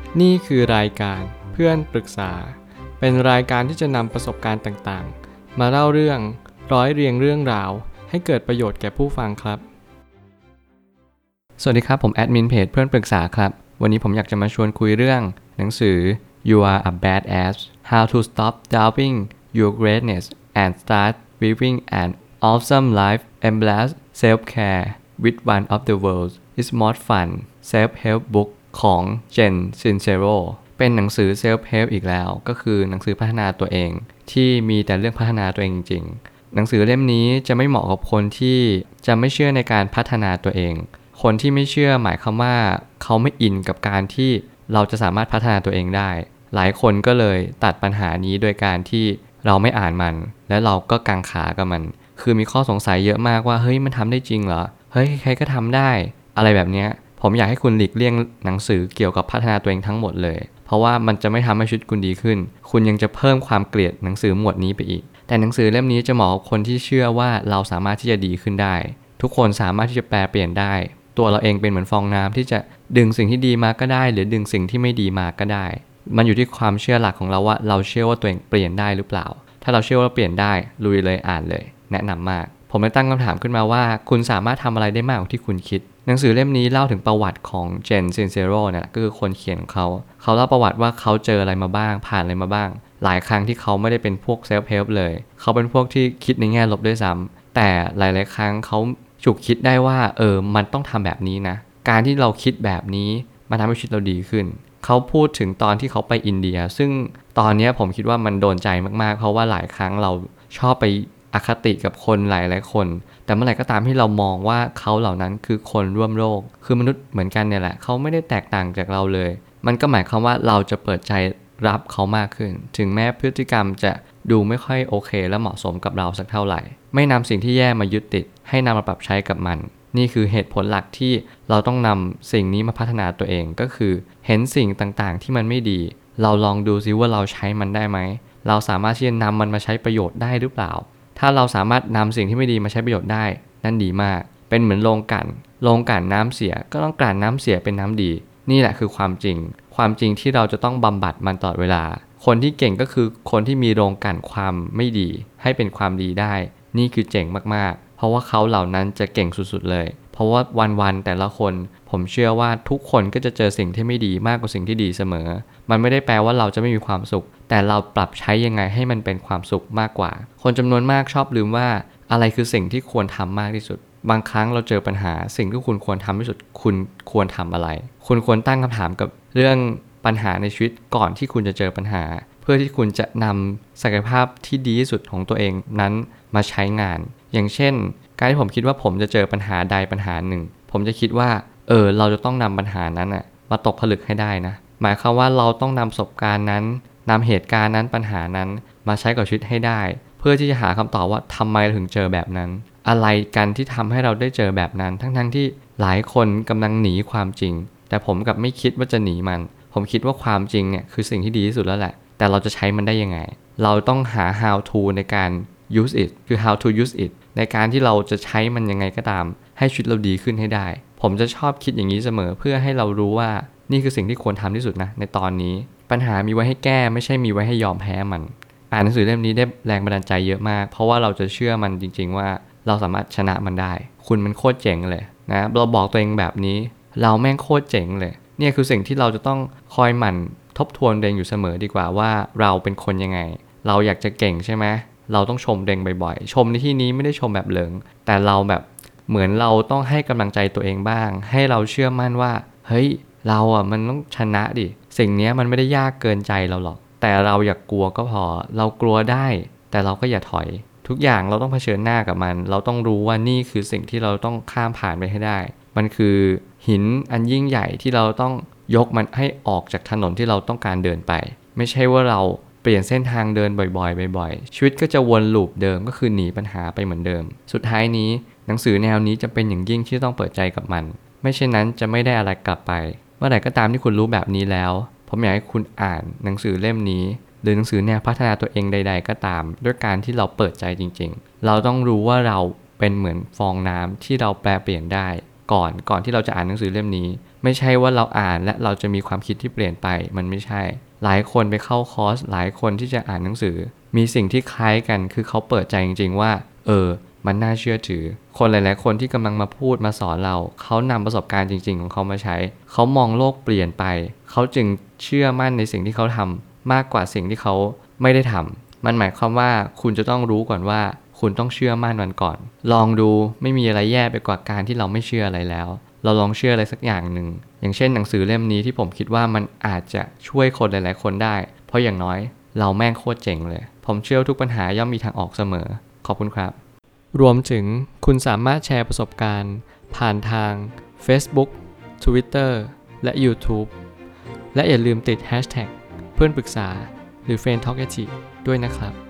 นี่คือรายการเพื่อนปรึกษาเป็นรายการที่จะนำประสบการณ์ต่างๆมาเล่าเรื่องร้อยเรียงเรื่องราวให้เกิดประโยชน์แก่ผู้ฟังครับสวัสดีครับผมแอดมินเพจเพื่อนปรึกษาครับวันนี้ผมอยากจะมาชวนคุยเรื่องหนังสือ You Are a Badass How to Stop Doubting Your Greatness and Start Living an Awesome Life Embrace Self-Care with one of the world's most fun self-help book ของเจนซินเซโรเป็นหนังสือ self-help อีกแล้วก็คือหนังสือพัฒนาตัวเองที่มีแต่เรื่องพัฒนาตัวเองจริงๆหนังสือเล่มนี้จะไม่เหมาะกับคนที่จะไม่เชื่อในการพัฒนาตัวเองคนที่ไม่เชื่อหมายความว่าเขาไม่อินกับการที่เราจะสามารถพัฒนาตัวเองได้หลายคนก็เลยตัดปัญหานี้โดยการที่เราไม่อ่านมันและเราก็กังขากับมันคือมีข้อสงสัยเยอะมากว่าเฮ้ยมันทำได้จริงเหรอเฮ้ยใครก็ทำได้อะไรแบบนี้ผมอยากให้คุณหลีกเลี่ยงหนังสือเกี่ยวกับพัฒนาตัวเองทั้งหมดเลยเพราะว่ามันจะไม่ทำให้ชีวิตคุณดีขึ้นคุณยังจะเพิ่มความเกลียดหนังสือหมวดนี้ไปอีกแต่หนังสือเล่มนี้จะเหมาะกับคนที่เชื่อว่าเราสามารถที่จะดีขึ้นได้ทุกคนสามารถที่จะแปลเปลี่ยนได้ตัวเราเองเป็นเหมือนฟองน้ำที่จะดึงสิ่งที่ดีมาก็ได้หรือดึงสิ่งที่ไม่ดีมาก็ได้มันอยู่ที่ความเชื่อหลักของเราว่าเราเชื่อว่าตัวเองเปลี่ยนได้หรือเปล่าถ้าเราเชื่อว่าเปลี่ยนได้ลุยเลยอ่านเลยแนะนำมากผมได้ตั้งคำถามขึ้นมาว่าคุณสามารถทำอะไรได้มากกว่าที่คุณคิดหนังสือเล่มนี้เล่าถึงประวัติของเจนซินเซโรเนี่ยก็คือคนเขียนของเขาเล่าประวัติว่าเขาเจออะไรมาบ้างผ่านอะไรมาบ้างหลายครั้งที่เขาไม่ได้เป็นพวกเซลฟ์เฮลป์เลยเขาเป็นพวกที่คิดในแง่ลบด้วยซ้ำแต่หลายๆครั้งเขาฉุกคิดได้ว่ามันต้องทำแบบนี้นะการที่เราคิดแบบนี้มันทำให้ชีวิตเราดีขึ้นเขาพูดถึงตอนที่เขาไปอินเดียซึ่งตอนนี้ผมคิดว่ามันโดนใจมากๆเพราะว่าหลายครั้งเราชอบไปอคติกับคนหลายๆคนแต่เมื่อไหร่ก็ตามที่เรามองว่าเขาเหล่านั้นคือคนร่วมโลกคือมนุษย์เหมือนกันเนี่ยแหละเขาไม่ได้แตกต่างจากเราเลยมันก็หมายความว่าเราจะเปิดใจรับเขามากขึ้นถึงแม้พฤติกรรมจะดูไม่ค่อยโอเคและเหมาะสมกับเราสักเท่าไหร่ไม่นำสิ่งที่แย่มายึดติดให้นำมาปรับใช้กับมันนี่คือเหตุผลหลักที่เราต้องนำสิ่งนี้มาพัฒนาตัวเองก็คือเห็นสิ่งต่างๆที่มันไม่ดีเราลองดูซิว่าเราใช้มันได้ไหมเราสามารถที่จะนำมันมาใช้ประโยชน์ได้หรือเปล่าถ้าเราสามารถนำสิ่งที่ไม่ดีมาใช้ประโยชน์ได้นั่นดีมากเป็นเหมือนโรงกลั่นน้ำเสียก็ต้องกลั่นน้ำเสียเป็นน้ำดีนี่แหละคือความจริงที่เราจะต้องบำบัดมันตลอดเวลาคนที่เก่งก็คือคนที่มีโรงกลั่นความไม่ดีให้เป็นความดีได้นี่คือเจ๋งมากๆเพราะว่าเขาเหล่านั้นจะเก่งสุดๆเลยเพราะว่าวันๆแต่ละคนผมเชื่อว่าทุกคนก็จะเจอสิ่งที่ไม่ดีมากกว่าสิ่งที่ดีเสมอมันไม่ได้แปลว่าเราจะไม่มีความสุขแต่เราปรับใช้ยังไงให้มันเป็นความสุขมากกว่าคนจำนวนมากชอบลืมว่าอะไรคือสิ่งที่ควรทำมากที่สุดบางครั้งเราเจอปัญหาสิ่งที่คุณควรทำที่สุดคุณควรทำอะไรคุณควรตั้งคำถามกับเรื่องปัญหาในชีวิตก่อนที่คุณจะเจอปัญหาเพื่อที่คุณจะนำศักยภาพที่ดีที่สุดของตัวเองนั้นมาใช้งานอย่างเช่นการที่ผมคิดว่าผมจะเจอปัญหาใดปัญหาหนึ่งผมจะคิดว่าเราจะต้องนำปัญหานั้นมาตกผลึกให้ได้นะหมายความว่าเราต้องนำประสบการณ์นั้นนำเหตุการณ์นั้นปัญหานั้นมาใช้กับชีวิตให้ได้เพื่อที่จะหาคำตอบว่าทำไมเราถึงเจอแบบนั้นอะไรกันที่ทำให้เราได้เจอแบบนั้นทั้งที่หลายคนกำลังหนีความจริงแต่ผมกลับไม่คิดว่าจะหนีมันผมคิดว่าความจริงเนี่ยคือสิ่งที่ดีที่สุดแล้วแหละแต่เราจะใช้มันได้ยังไงเราต้องหา how to ในการ use it คือ how to use it ในการที่เราจะใช้มันยังไงก็ตามให้ชีวิตเราดีขึ้นให้ได้ผมจะชอบคิดอย่างนี้เสมอเพื่อให้เรารู้ว่านี่คือสิ่งที่ควรทำที่สุดนะในตอนนี้ปัญหามีไว้ให้แก้ไม่ใช่มีไว้ให้ยอมแพ้มันอ่านหนังสือเล่มนี้ได้แรงบันดาลใจเยอะมากเพราะว่าเราจะเชื่อมันจริงๆว่าเราสามารถชนะมันได้คุณมันโคตรเจ๋งเลยนะเราบอกตัวเองแบบนี้เราแม่งโคตรเจ๋งเลยเนี่ยคือสิ่งที่เราจะต้องคอยหมั่นทบทวนตัวเองอยู่เสมอดีกว่าว่าเราเป็นคนยังไงเราอยากจะเก่งใช่ไหมเราต้องชมตัวเองบ่อยๆชมในที่นี้ไม่ได้ชมแบบเหลิงแต่เราแบบเหมือนเราต้องให้กำลังใจตัวเองบ้างให้เราเชื่อมั่นว่าเฮ้ยเรามันต้องชนะดิสิ่งนี้มันไม่ได้ยากเกินใจเราหรอกแต่เราอย่ากลัวก็พอเรากลัวได้แต่เราก็อย่าถอยทุกอย่างเราต้องเผชิญหน้ากับมันเราต้องรู้ว่านี่คือสิ่งที่เราต้องข้ามผ่านไปให้ได้มันคือหินอันยิ่งใหญ่ที่เราต้องยกมันให้ออกจากถนนที่เราต้องการเดินไปไม่ใช่ว่าเราเปลี่ยนเส้นทางเดินบ่อยๆบ่อยๆชีวิตก็จะวนลูปเดิมก็คือหนีปัญหาไปเหมือนเดิมสุดท้ายนี้หนังสือแนวนี้จะเป็นอย่างยิ่งที่ต้องเปิดใจกับมันไม่เช่นนั้นจะไม่ได้อะไรกลับไปเมื่อไหร่ก็ตามที่คุณรู้แบบนี้แล้วผมอยากให้คุณอ่านหนังสือเล่มนี้หรือหนังสือแนวพัฒนาตัวเองใดๆก็ตามด้วยการที่เราเปิดใจจริงๆเราต้องรู้ว่าเราเป็นเหมือนฟองน้ำที่เราแปลเปลี่ยนได้ก่อนที่เราจะอ่านหนังสือเล่มนี้ไม่ใช่ว่าเราอ่านและเราจะมีความคิดที่เปลี่ยนไปมันไม่ใช่หลายคนไปเข้าคอร์สหลายคนที่จะอ่านหนังสือมีสิ่งที่คล้ายกันคือเขาเปิดใจจริงๆว่ามันน่าเชื่อถือคนหลายๆคนที่กำลังมาพูดมาสอนเราเขานำประสบการณ์จริงๆของเขามาใช้เขามองโลกเปลี่ยนไปเขาจึงเชื่อมั่นในสิ่งที่เขาทำมากกว่าสิ่งที่เขาไม่ได้ทำมันหมายความว่าคุณจะต้องรู้ก่อนว่าคุณต้องเชื่อมั่นมันก่อนลองดูไม่มีอะไรแย่ไปกว่าการที่เราไม่เชื่ออะไรแล้วเราลองเชื่ออะไรสักอย่างหนึ่งอย่างเช่นหนังสือเล่มนี้ที่ผมคิดว่ามันอาจจะช่วยคนหลายๆคนได้เพราะอย่างน้อยเราแม่งโคตรเจ๋งเลยผมเชื่อทุกปัญหาย่อมมีทางออกเสมอขอบคุณครับรวมถึงคุณสามารถแชร์ประสบการณ์ผ่านทาง Facebook Twitter และ YouTube และอย่าลืมติด Hashtag เพื่อนปรึกษาหรือ Friend Talkative ด้วยนะครับ